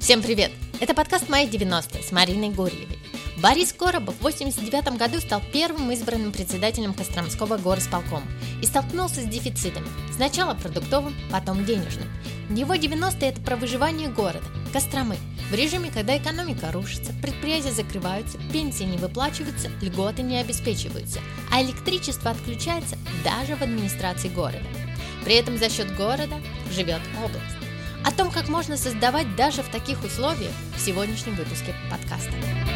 Всем привет! Это подкаст «Мои 90-е» с Мариной Гурьевой. Борис Коробов в 1989 году стал первым избранным председателем Костромского горосполкома и столкнулся с дефицитами, сначала продуктовым, потом денежным. Его 90-е – это про выживание города, Костромы, в режиме, когда экономика рушится, предприятия закрываются, пенсии не выплачиваются, льготы не обеспечиваются, а электричество отключается даже в администрации города. При этом за счет города живет область. О том, как можно создавать даже в таких условиях, в сегодняшнем выпуске подкаста.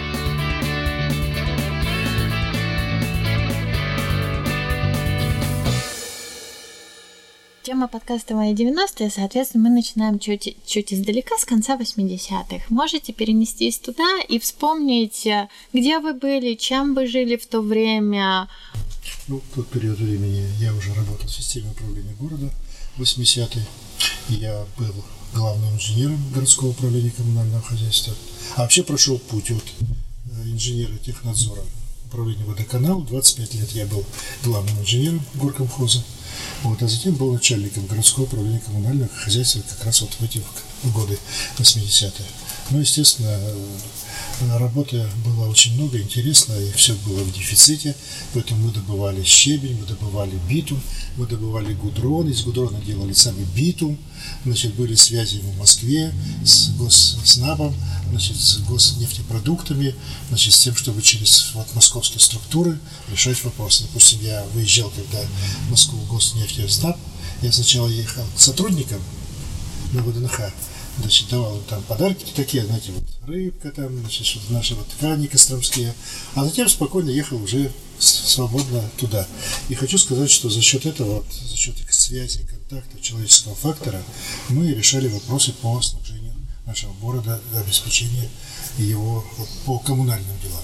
Тема подкаста «Мои 90-е», соответственно, мы начинаем чуть издалека, с конца 80-х. Можете перенестись туда и вспомнить, где вы были, чем вы жили в то время? В тот период времени я уже работал в системе управления города, 80-е. Я был главным инженером городского управления коммунального хозяйства. А вообще прошел путь от инженера технадзора управления водоканала. 25 лет я был главным инженером горкомхоза. А затем был начальником городского управления коммунального хозяйства как раз в эти годы 80-е. Естественно, работы было очень много, интересно, и все было в дефиците, поэтому мы добывали щебень, мы добывали битум, мы добывали гудрон, из гудрона делали самый битум, были связи в Москве с Госснабом, с госнефтепродуктами, с тем, чтобы через московские структуры решать вопросы. Допустим, я выезжал, когда в Москву Госнефтеснаб, я сначала ехал к сотрудникам на ВДНХ, давал им там подарки такие, рыбка там, наши ткани костромские, а затем спокойно ехал уже свободно туда. И хочу сказать, что за счет этого, за счет их связи, контакта, человеческого фактора, мы решали вопросы по снабжению нашего города, обеспечению его по коммунальным делам.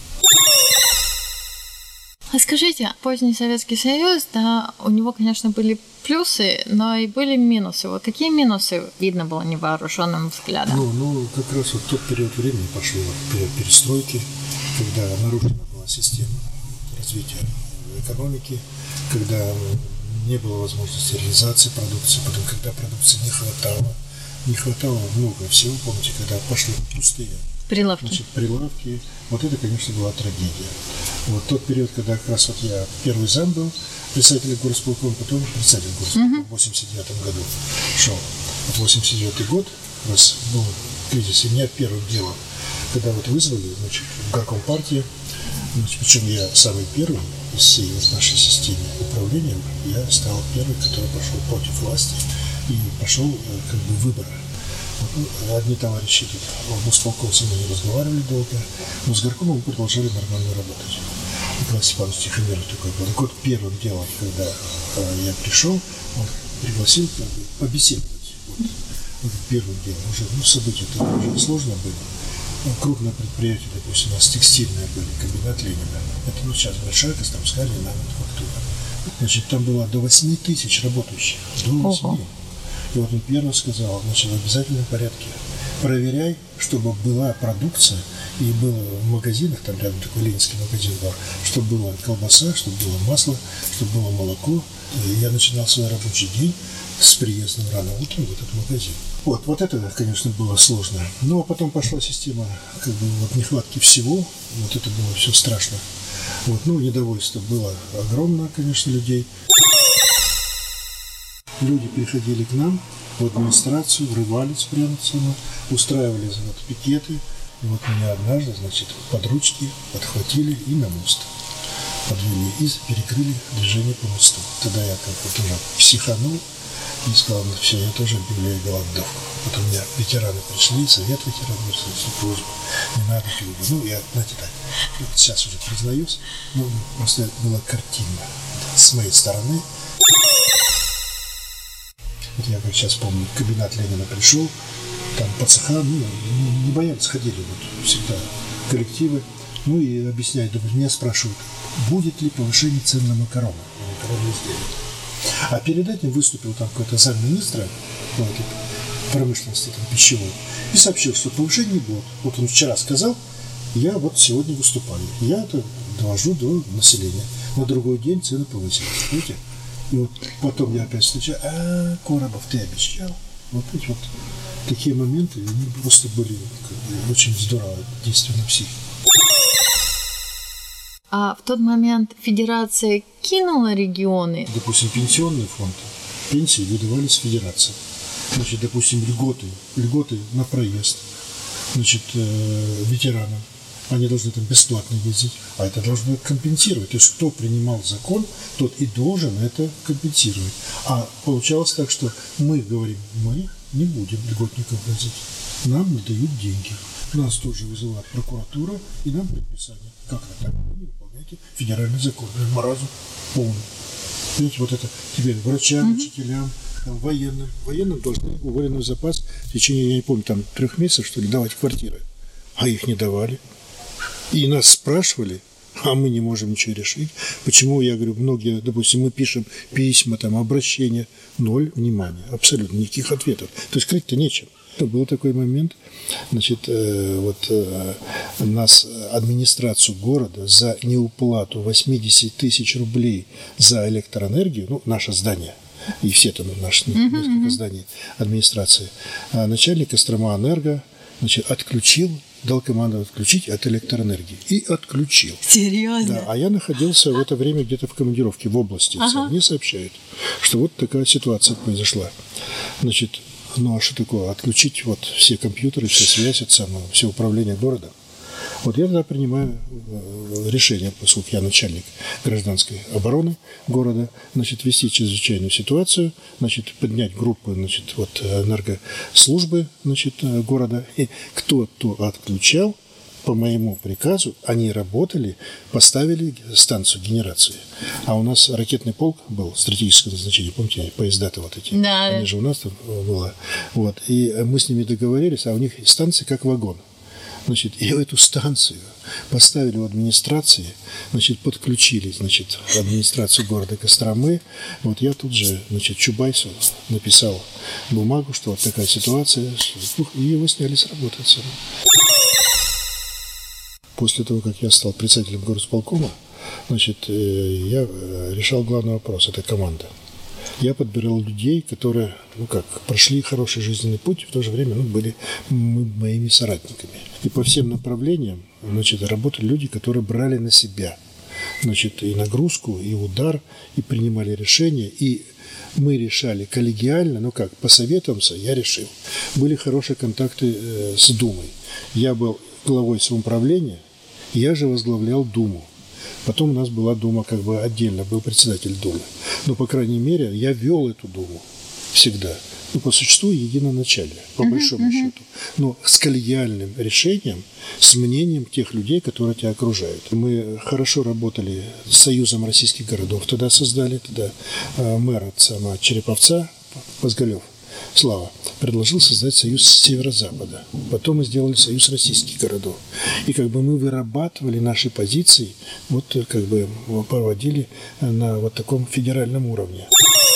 А скажите, поздний Советский Союз, у него, конечно, были плюсы, но и были минусы. Какие минусы видно было невооруженным взглядом? Как раз тот период времени пошел период перестройки, когда нарушена была система развития экономики, когда не было возможности реализации продукции, потом, когда продукции не хватало много всего, помните, когда пошли пустые прилавки, это, конечно, была трагедия. Тот период, когда как раз я первый зам был, председатель горосполкома, потом председатель горосполкома в 89 году шел. 89 год, как раз был кризис, и меня первым делом, когда вызвали, в горком партии, причем я самый первый из всей нашей системы управления, я стал первым, который пошел против власти и пошел выборы. Одни товарищи в Госполком со мной не разговаривали долго, но с горкомом мы продолжали нормально работать. Николай Степанович Тихомиров такой был. Так первым делом, когда я пришел, он пригласил побеседовать. Первым делом. Уже события-то уже сложно были. Крупное предприятие, допустим, у нас текстильное были, комбинат Ленина. Это сейчас большая Костромская льняная мануфактура. Там было до 8 тысяч работающих. До 8. Ого. И он первый сказал, в обязательном порядке проверяй, чтобы была продукция, и было в магазинах, там рядом такой ленинский магазин был, чтобы была колбаса, чтобы было масло, чтобы было молоко. И я начинал свой рабочий день с приездом рано утром в этот магазин. Это, конечно, было сложно. Но потом пошла система нехватки всего, это было все страшно. Недовольство было огромное, конечно, людей. Люди приходили к нам в администрацию, врывались прямо устраивали пикеты. И меня однажды, под ручки подхватили и на мост подвели и перекрыли движение по мосту. Тогда я уже психанул и сказал, все, я тоже объявляю голодовку. Потом у меня ветераны пришли, совет ветеранов, просьбу, не надо пить. Я, так, сейчас уже признаюсь, просто это была картина с моей стороны. Я как сейчас помню, в комбинат Ленина пришел, там по цехам, не боялись, ходили всегда коллективы, и объясняют, меня спрашивают, будет ли повышение цен на макароны изделия. А перед этим выступил там какой-то замминистра промышленности пищевой и сообщил, что повышения не будет. Он вчера сказал, я сегодня выступаю, я это довожу до населения. На другой день цены повысились, понимаете? И потом я опять встречаю, Коробов, ты обещал. Такие моменты, они просто были очень здорово действия на психику. А в тот момент федерация кинула регионы? Допустим, пенсионный фонд, пенсии выдавались федерации. Значит, допустим, льготы на проезд, значит, ветеранам. Они должны там бесплатно ездить, а это должно компенсировать. То есть, кто принимал закон, тот и должен это компенсировать. А получалось так, что мы говорим, мы не будем льготников возить. Нам не дают деньги. Нас тоже вызывает прокуратура, и нам предписание. Как это так? Вы не выполняете федеральный закон. Маразм полный. Видите, вот это тебе врачам, учителям, там, военным должны уволенный запас в течение, я не помню, там 3 месяцев, что ли, давать квартиры. А их не давали. И нас спрашивали, а мы не можем ничего решить. Почему, я говорю, многие, допустим, мы пишем письма, там, обращения, 0 внимания, абсолютно никаких ответов. То есть крыть-то нечем. Был такой момент, значит, нас, администрацию города, за неуплату 80 тысяч рублей за электроэнергию, ну, наше здание, и все там наши несколько зданий администрации, начальник Кострома-Энерго, значит, дал команду отключить от электроэнергии. И отключил. Серьезно? Да, а я находился в это время где-то в командировке в области. Мне сообщают, что вот такая ситуация произошла. Значит, ну а что такое? Отключить вот все компьютеры, все связи, все управление города. Вот я тогда принимаю решение, поскольку я начальник гражданской обороны города, значит, ввести чрезвычайную ситуацию, значит, поднять группу, значит, вот энергослужбы, значит, города. И кто-то отключал, по моему приказу, они работали, поставили станцию генерации. А у нас ракетный полк был стратегического назначения, помните, поезда-то вот эти, да. Они же у нас там было. Вот. И мы с ними договорились, а у них станция как вагон. Значит, и эту станцию поставили в администрации, значит, подключили, значит, администрацию города Костромы. Вот я тут же, значит, Чубайсу написал бумагу, что вот такая ситуация, и его сняли с работы. После того, как я стал председателем горосполкома, значит, я решал главный вопрос – это команда. Я подбирал людей, которые, прошли хороший жизненный путь, и в то же время, были моими соратниками. И по всем направлениям, значит, работали люди, которые брали на себя, значит, и нагрузку, и удар, и принимали решения, и мы решали коллегиально, посоветуемся, я решил. Были хорошие контакты с Думой. Я был главой самоуправления, я же возглавлял Думу. Потом у нас была Дума отдельно, был председатель Думы. Но, по крайней мере, я вел эту Думу всегда. По существу единоначалие, по большому счету. Но с коллегиальным решением, с мнением тех людей, которые тебя окружают. Мы хорошо работали с Союзом российских городов. Тогда создали, мэр Череповца, Мозголев, Слава, предложил создать союз северо-запада. Потом мы сделали союз российских городов. И мы вырабатывали наши позиции, проводили на вот таком федеральном уровне.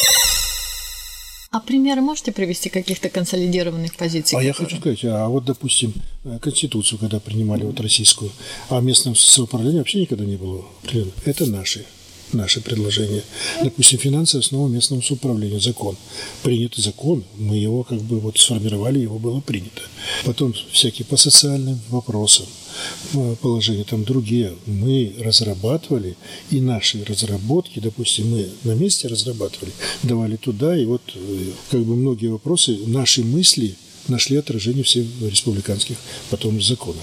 А примеры можете привести каких-то консолидированных позиций? Я хочу сказать, допустим, Конституцию, когда принимали российскую, а местном самоуправлении вообще никогда не было. Это наши предложения. Допустим, финансовая основа местного самоуправления, закон. Принятый закон, мы его сформировали, его было принято. Потом всякие по социальным вопросам, положения там другие, мы разрабатывали, и наши разработки, допустим, мы на месте разрабатывали, давали туда, и многие вопросы, наши мысли нашли отражение в республиканских потом законах.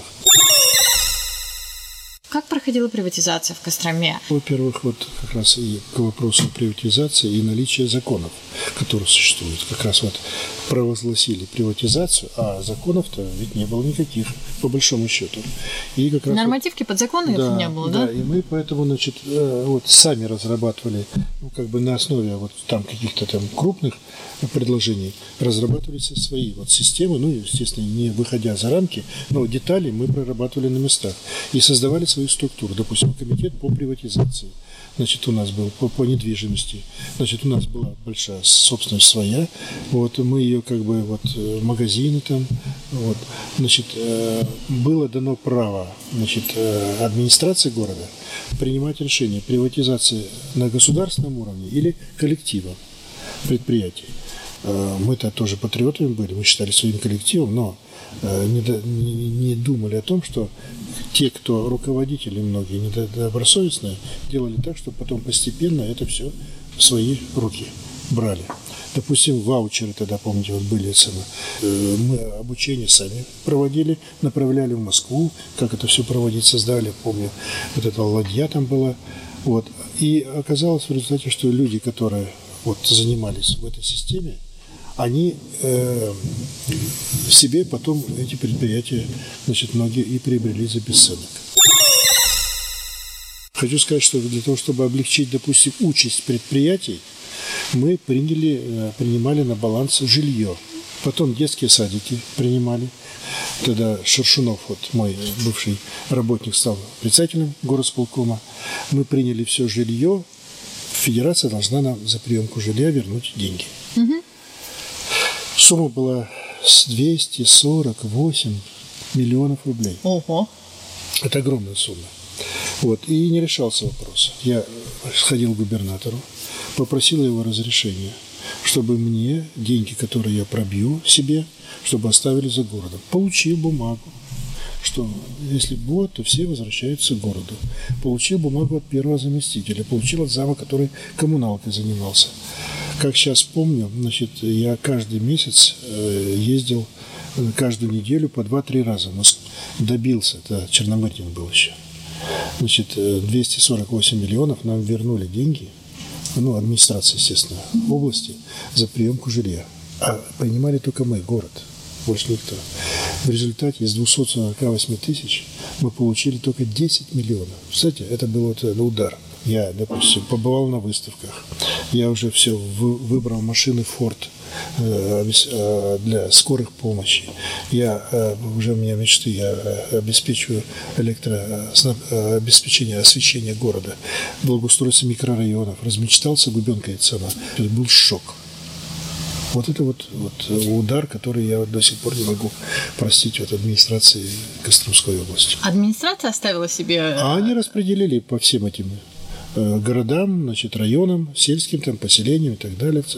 Как проходила приватизация в Костроме? Во-первых, как раз и к вопросу приватизации и наличия законов, которые существуют. Как раз провозгласили приватизацию, а законов-то ведь не было никаких, по большому счету. И как раз нормативки подзаконные не было, да? Да, и мы поэтому, сами разрабатывали, на основе там каких-то там крупных предложений, разрабатывали свои системы, естественно, не выходя за рамки, но детали мы прорабатывали на местах и создавали свою структуру. Допустим, комитет по приватизации. Значит, у нас был по недвижимости. Значит, у нас была большая собственность своя. Мы ее магазины там. Значит, было дано право, администрации города принимать решение приватизации на государственном уровне или коллективом предприятий. мы-то тоже патриотами были, мы считали своим коллективом, но не думали о том, что те, кто руководители многие, недобросовестные, делали так, чтобы потом постепенно это все в свои руки брали. Допустим, ваучеры тогда, помните, вот были мы обучение сами проводили, направляли в Москву, как это все проводить, создали, помню, вот эта ладья там была. Вот. И оказалось в результате, что люди, которые вот занимались в этой системе, они себе потом эти предприятия, значит, многие и приобрели за бесценок. Хочу сказать, что для того, чтобы облегчить, допустим, участь предприятий, мы принимали на баланс жилье. Потом детские садики принимали. Тогда Шершунов, вот мой бывший работник, стал председателем горосполкома. Мы приняли все жилье. Федерация должна нам за приемку жилья вернуть деньги. Угу. Сумма была 248 миллионов рублей. Ого. Это огромная сумма. Вот. И не решался вопрос. Я сходил к губернатору, попросил его разрешения, чтобы мне деньги, которые я пробью себе, чтобы оставили за городом. Получил бумагу, что если будет, то все возвращаются к городу. Получил бумагу от первого заместителя, получил от зама, который коммуналкой занимался. Как сейчас помню, значит, я каждый месяц ездил, каждую неделю по 2-3 раза. Добился, это Черномырдин был еще. Значит, 248 миллионов нам вернули деньги, администрация, естественно, области, за приемку жилья. А принимали только мы, город, больше никто. В результате из 248 тысяч мы получили только 10 миллионов. Кстати, это был удар. Я, допустим, побывал на выставках. Я уже все выбрал машины Ford для скорых помощи. Уже у меня мечты, я обеспечиваю обеспечение освещения города, благоустройство микрорайонов. Размечтался губенка и цена. Это был шок. Вот это вот удар, который я до сих пор не могу простить администрации Костромской области. Администрация оставила себе... А они распределили по всем этим городам, значит, районам, сельским там, поселениям и так далее.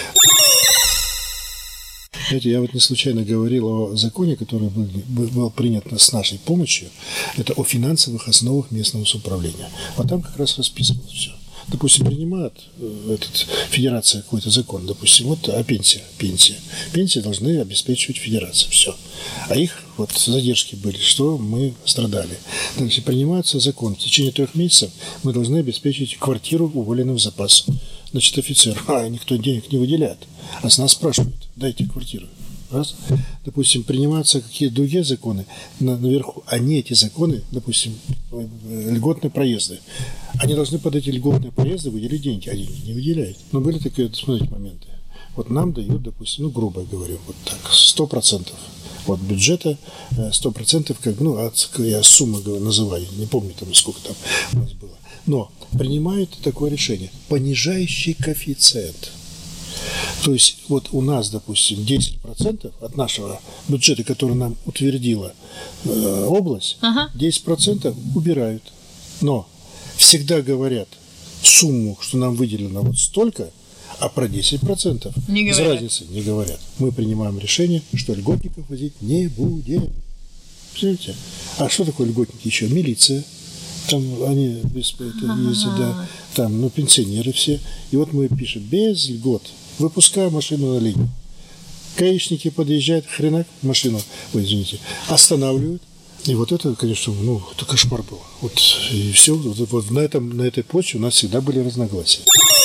Знаете, я не случайно говорил о законе, который был принят с нашей помощью. Это о финансовых основах местного самоуправления. Вот там как раз расписывалось все. Допустим, принимает федерация какой-то закон, допустим, пенсия. Пенсии должны обеспечивать федерация, все. А их задержки были, что мы страдали. Значит, принимается закон. В течение 3 месяцев мы должны обеспечить квартиру уволенным в запас. Значит, офицер, никто денег не выделяет, а с нас спрашивают, дайте квартиру. Раз. Допустим, принимаются какие-то другие законы наверху. Эти законы, допустим, льготные проезды. Они должны под эти льготные проезды выделить деньги, а деньги не выделяют. Но были такие, смотрите, моменты. Нам дают, допустим, грубо говоря, 100%. Бюджета 100%, я сумму называю, не помню сколько там у нас было. Но принимают такое решение. Понижающий коэффициент. То есть у нас, допустим, 10% от нашего бюджета, который нам утвердила область, 10% убирают. Но всегда говорят сумму, что нам выделено столько, а про 10% без разницы не говорят. Мы принимаем решение, что льготников возить не будем. Представляете? А что такое льготники еще? Милиция. Там они ездят, да. Там, пенсионеры все. И мы пишем, без льгот. Выпускаю машину на линию. Гаишники подъезжают, хренак машину, останавливают. И это, конечно, это кошмар был. И все. На этой почве у нас всегда были разногласия.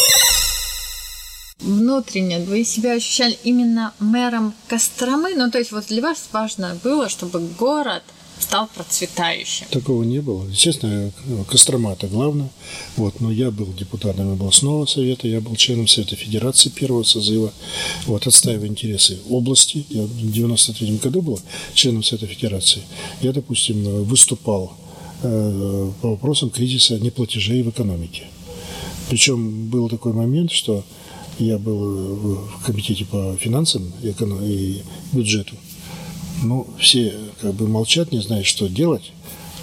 Внутренне вы себя ощущали именно мэром Костромы? То есть для вас важно было, чтобы город стал процветающим? Такого не было. Естественно, Кострома – это главное. Но я был депутатом областного совета, я был членом Совета Федерации первого созыва, отстаивая интересы области. Я в 1993 году был членом Совета Федерации. Я, допустим, выступал по вопросам кризиса неплатежей в экономике. Причем был такой момент, что я был в комитете по финансам и бюджету. Все молчат, не знают, что делать.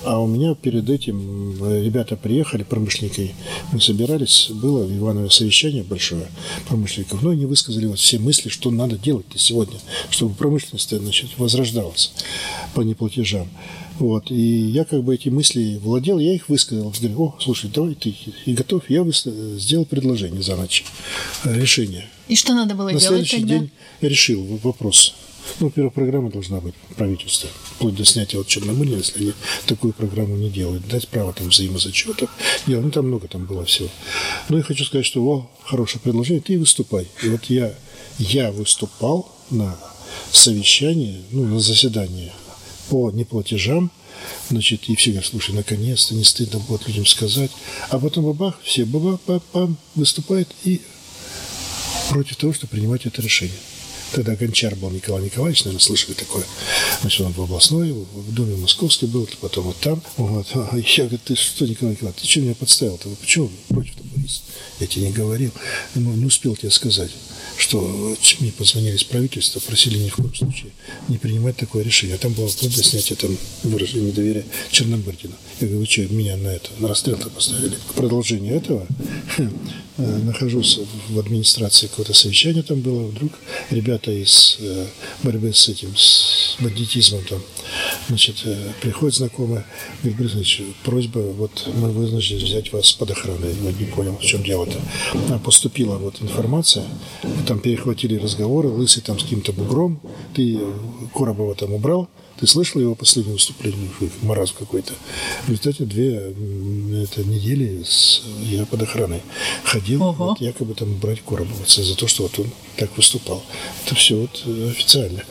А у меня перед этим ребята приехали, промышленники, мы собирались, было в Иваново совещание большое промышленников, но они высказали вот все мысли, что надо делать-то сегодня, чтобы промышленность, значит, возрождалась по неплатежам. Вот. И я как бы эти мысли владел, я их высказал. Говорю, слушай, давай ты и готов. Я сделал предложение за ночь, решение. И что надо было делать тогда? На следующий день решил вопрос. Первая программа должна быть правительства, вплоть до снятия от Черномырдина, если они такую программу не делают, дать право там взаимозачетов. Там много там было всего. Я хочу сказать, что хорошее предложение, ты выступай. И вот я выступал на совещании, на заседании по неплатежам, и все говорят, слушай, наконец-то, не стыдно будет людям сказать. А потом бабах, все выступают и против того, чтобы принимать это решение. Тогда Гончар был Николай Николаевич, наверное, слышали такое. Он в областной, в Доме Московской был, потом вот там. Я говорю, ты что, Николай Николаевич, ты что меня подставил-то? Почему против-то, Борис? Я тебе не говорил. Не успел тебе сказать, что мне позвонили из правительства, просили ни в коем случае не принимать такое решение. А там было вплоть до снятия выражения недоверия Черномырдину. Я говорю, вы что, меня на расстрел-то поставили? К продолжению этого нахожусь в администрации, какое-то совещание там было, вдруг ребята из борьбы с бандитизмом приходят знакомые, говорят, Борис Ильич, просьба, мы вынуждены взять вас под охрану. Я не понял, в чем дело-то. Поступила информация, там перехватили разговоры, Лысый там с каким-то бугром, ты Коробова там убрал, ты слышал его последнее выступление? Маразм какой-то. В результате 2 недели я под охраной ходил, якобы там брать Коробова за то, что он так выступал. Это все официально.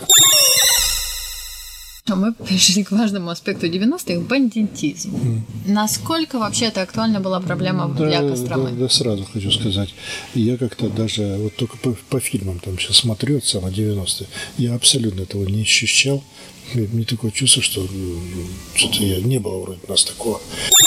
Мы пришли к важному аспекту 90-х – бандитизм. Насколько вообще это актуальна была проблема для Костромы? Да, сразу хочу сказать. Я как-то даже только по фильмам там сейчас смотрю, самое 90-е, я абсолютно этого не ощущал. Мне такое чувство, что что-то не было вроде у нас такого.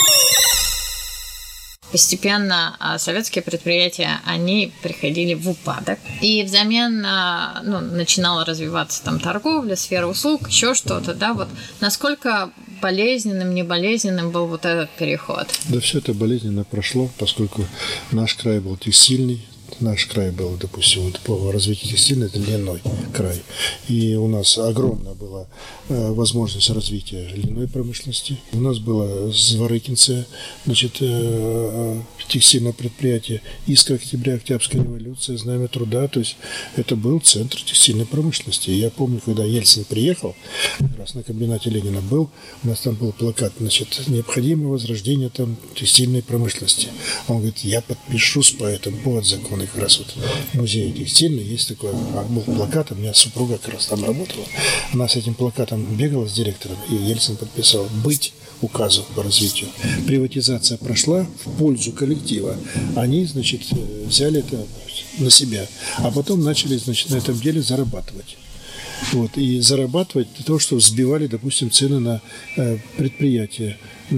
Постепенно советские предприятия, они приходили в упадок. И взамен начинала развиваться торговля, сфера услуг, еще что-то. Да? Насколько болезненным, неболезненным был этот переход? Да, все это болезненно прошло, поскольку наш край был текстильный. Наш край был, допустим, по развитию текстильной, это льняной край. И у нас огромная была возможность развития льняной промышленности. У нас было Зворыкинце, текстильное предприятие, Искра Октября, Октябрьская революция, Знамя труда. То есть это был центр текстильной промышленности. И я помню, когда Ельцин приехал, как раз на комбинате Ленина был, у нас там был плакат, необходимое возрождение текстильной промышленности. Он говорит, я подпишусь по этому закону. Как раз в музее текстильный есть такой, был плакат, у меня супруга как раз там работала, она с этим плакатом бегала с директором, и Ельцин подписал «Быть» указу по развитию. Приватизация прошла в пользу коллектива. Они, взяли это на себя, а потом начали, на этом деле зарабатывать. И зарабатывать для того, что сбивали, допустим, цены на предприятия,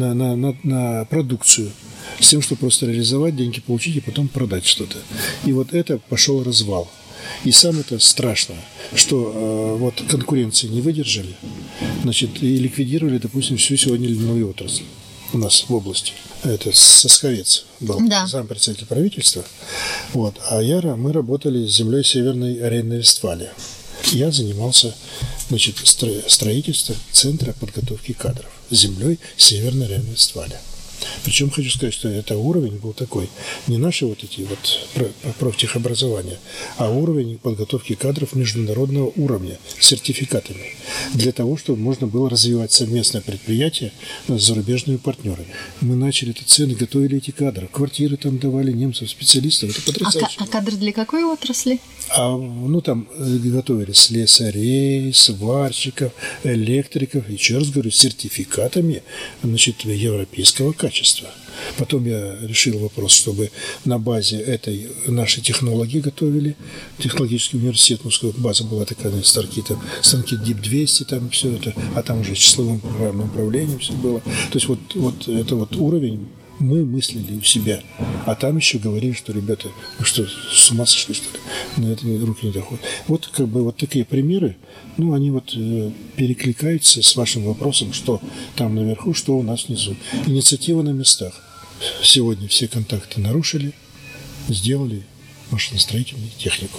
на продукцию, с тем, чтобы просто реализовать, деньги получить и потом продать что-то. И это пошел развал. И самое это страшное, что конкуренции не выдержали, и ликвидировали, допустим, всю сегодня льняную отрасль у нас в области. Это Сосковец был, зампредседатель правительства. А мы работали с землей Северной Рейн-Вестфалии. Я занимался строительством центра подготовки кадров с землей Северной Рейн-Вестфалии. Причем хочу сказать, что это уровень был такой, не наши профтехобразования, а уровень подготовки кадров международного уровня с сертификатами, для того, чтобы можно было развивать совместное предприятие с зарубежными партнерами. Мы начали эти цены, готовили эти кадры, квартиры там давали немцам, специалистам, это потрясающе. А кадры для какой отрасли? Там готовили слесарей, сварщиков, электриков, еще раз говорю, с сертификатами, европейского качества. Потом я решил вопрос, чтобы на базе этой наши технологии готовили. Технологический университет, база была такая, станки ДИП-200, там все это, а там уже числовым программным управлением все было. То есть это уровень Мы мыслили у себя. А там еще говорили, что, ребята, вы что, с ума сошли, что ли? На это руки не доходят. Вот как бы вот такие примеры, ну, они вот перекликаются с вашим вопросом, что там наверху, что у нас внизу. Инициатива на местах. Сегодня все контакты нарушили, сделали машиностроительный техникум.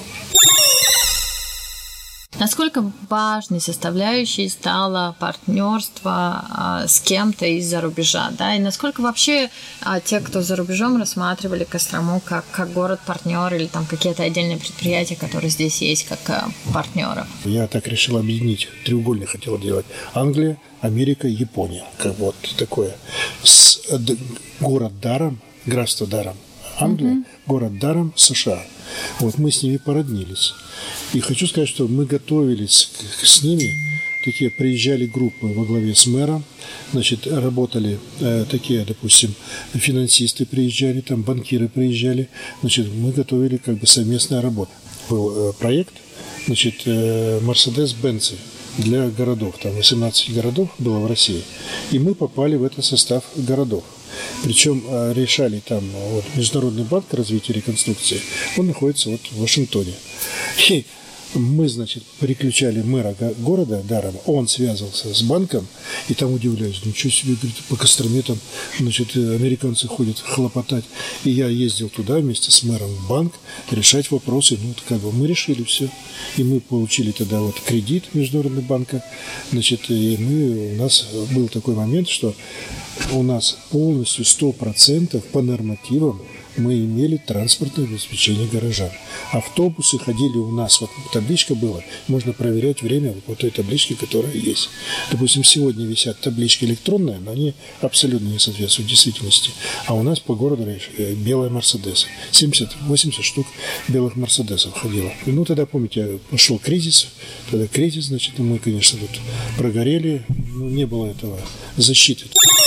Насколько важной составляющей стало партнерство с кем-то из-за рубежа, да, и насколько вообще те, кто за рубежом, рассматривали Кострому как город-партнер или там какие-то отдельные предприятия, которые здесь есть, как партнеров? Я так решил объединить, треугольник хотел делать. Англия, Америка, Япония. Как вот такое. Город даром, графство даром. Англия, город даром, США. Вот мы с ними породнились. И хочу сказать, что мы готовились с ними. Такие приезжали группы во главе с мэром, значит, работали такие, допустим, финансисты приезжали, там банкиры приезжали. Значит, мы готовили как бы совместную работу. Был проект, значит, Mercedes-Benz для городов. Там 18 городов было в России. И мы попали в этот состав городов. Причем решали там вот, Международный банк развития и реконструкции, он находится вот в Вашингтоне. И мы, значит, переключали мэра города даром, он связывался с банком, и там удивляюсь, ничего себе, говорит, по Костроме там, значит, американцы ходят хлопотать. И я ездил туда вместе с мэром в банк решать вопросы, ну, вот как бы мы решили все. И мы получили тогда вот кредит Международного банка, значит, и у нас был такой момент, что у нас полностью 100% по нормативам мы имели транспортное обеспечение горожан. Автобусы ходили у нас, вот табличка была, можно проверять время вот той таблички, которая есть. Допустим, сегодня висят таблички электронные, но они абсолютно не соответствуют действительности. А у нас по городу белые Мерседесы. 70-80 штук белых Мерседесов ходило. Ну, тогда, помните, пошел кризис, значит, мы, конечно, тут прогорели, но не было этого защиты.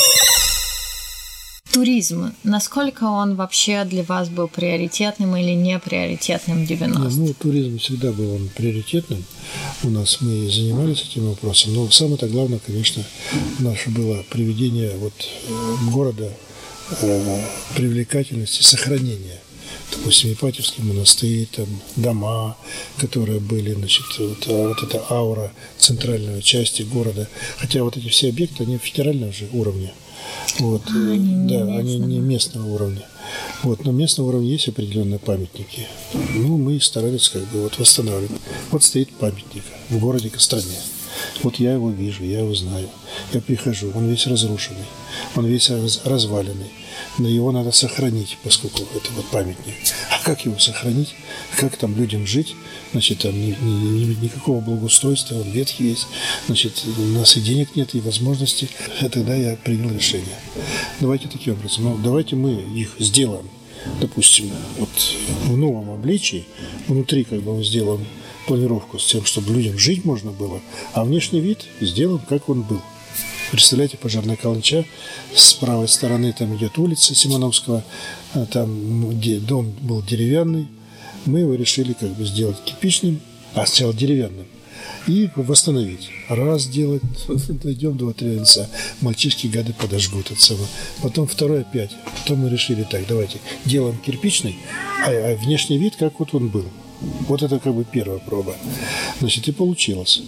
Туризм. Насколько он вообще для вас был приоритетным или не приоритетным в 90-е? Ну, туризм всегда был приоритетным. У нас мы занимались этим вопросом. Но самое-то главное, конечно, наше было приведение вот города привлекательности, сохранения. Допустим, Ипатьевский монастырь, там дома, которые были, значит, вот эта аура центральной части города. Хотя вот эти все объекты, они федерального же уровня. Вот, они не местного уровня. Вот, но местного уровня есть определенные памятники. Ну, мы старались как бы вот восстанавливать. Вот стоит памятник в городе Костроме. Вот я его вижу, я его знаю. Я прихожу, он весь разрушенный, он весь разваленный. Но его надо сохранить, поскольку это вот памятник. А как его сохранить? Как там людям жить? Значит, там никакого благоустройства, он ветхий весь. Значит, у нас и денег нет, и возможностей. И тогда я принял решение. Давайте таким образом. Ну, давайте мы их сделаем, допустим, вот в новом обличии. Внутри как бы мы сделаем планировку с тем, чтобы людям жить можно было, а внешний вид сделаем, как он был. Представляете, Пожарная Каланча, с правой стороны там идет улица Симоновского, там где дом был деревянный, мы его решили как бы сделать кирпичным, а сначала деревянным, и восстановить. Раз делать, дойдем 2-3 конца, мальчишки гады подожгут от самого. Потом второй опять. Потом мы решили так, давайте делаем кирпичный, а внешний вид, как вот он был. Вот это как бы первая проба. Значит, и получилось.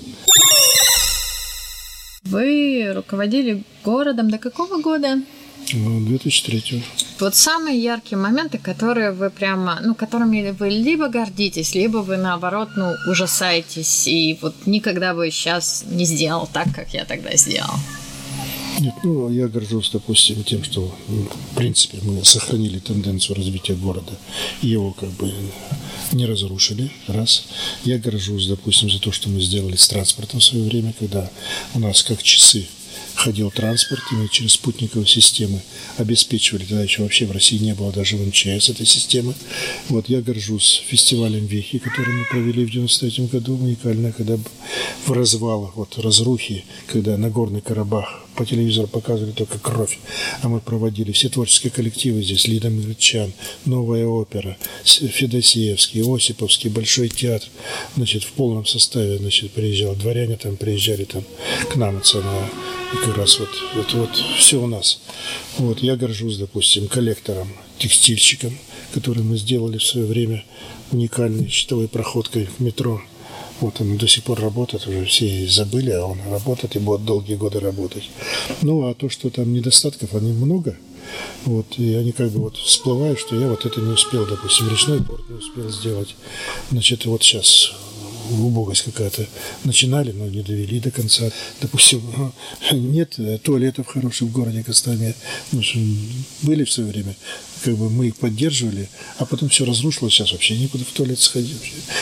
Вы руководили городом до какого года? 2003. Вот самые яркие моменты, которые вы прямо, которыми вы либо гордитесь, либо вы наоборот, ужасаетесь и вот никогда бы сейчас не сделал так, как я тогда сделал. Нет, я горжусь, допустим, тем, что, в принципе, мы сохранили тенденцию развития города, и его как бы не разрушили, раз. Я горжусь, допустим, за то, что мы сделали с транспортом в свое время, когда у нас как часы ходил транспорт, и мы через спутниковые системы обеспечивали, тогда еще вообще в России не было даже в МЧС этой системы. Вот я горжусь фестивалем Вехи, который мы провели в 93 году, уникально, когда в развалах, вот разрухи, когда Нагорный Карабах по телевизору показывали только кровь, а мы проводили все творческие коллективы здесь, Лида Мирчан, Новая опера, Федосеевский, Осиповский, Большой театр, значит, в полном составе, значит, приезжал, дворяне там приезжали там к нам, и как раз вот все у нас. Вот, я горжусь, допустим, коллектором, текстильщиком, который мы сделали в свое время уникальной щитовой проходкой в метро. Вот он до сих пор работает, уже все забыли, а он работает и будет долгие годы работать. Ну, а то, что там недостатков, они много, вот, и они как бы вот всплывают, что я вот это не успел, допустим, речной порт не успел сделать. Значит, вот сейчас убогость какая-то. Начинали, но не довели до конца. Допустим, нет туалетов хороших в городе Костроме. Были в свое время, как бы мы их поддерживали, а потом все разрушилось, сейчас вообще никуда в туалет сходить.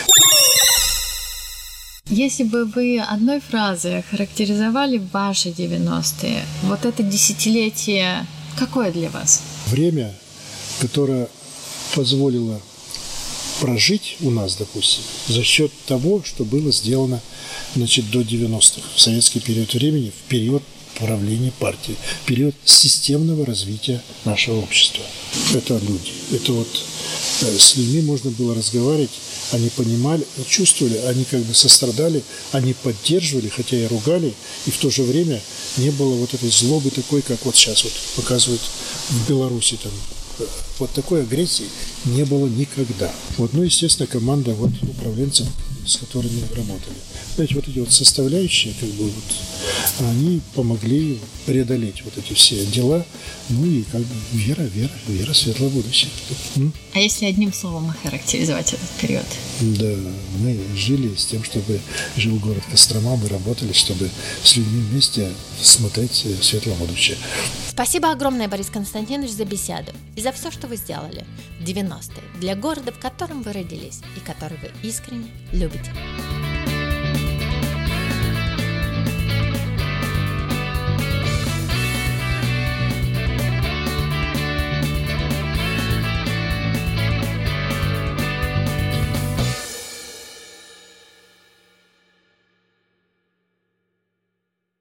Если бы вы одной фразой характеризовали ваши 90-е, вот это десятилетие, какое для вас? Время, которое позволило прожить у нас, допустим, за счет того, что было сделано, значит, до 90-х, в советский период времени, в период правления партии, период системного развития нашего общества. Это люди. Это вот с людьми можно было разговаривать, они понимали, чувствовали, они как бы сострадали, они поддерживали, хотя и ругали, и в то же время не было вот этой злобы такой, как вот сейчас вот показывают в Беларуси там. Вот такой агрессии не было никогда. Вот, ну, естественно, команда вот управленцев, с которыми работали. Знаете, вот эти вот составляющие, как бы вот, они помогли преодолеть вот эти все дела. Ну и как бы вера, светлое будущее. А если одним словом охарактеризовать этот период? Да, мы жили с тем, чтобы жил город Кострома, мы работали, чтобы с людьми вместе смотреть светлое будущее. Спасибо огромное, Борис Константинович, за беседу и за все, что вы сделали в 90-е для города, в котором вы родились и который вы искренне любите.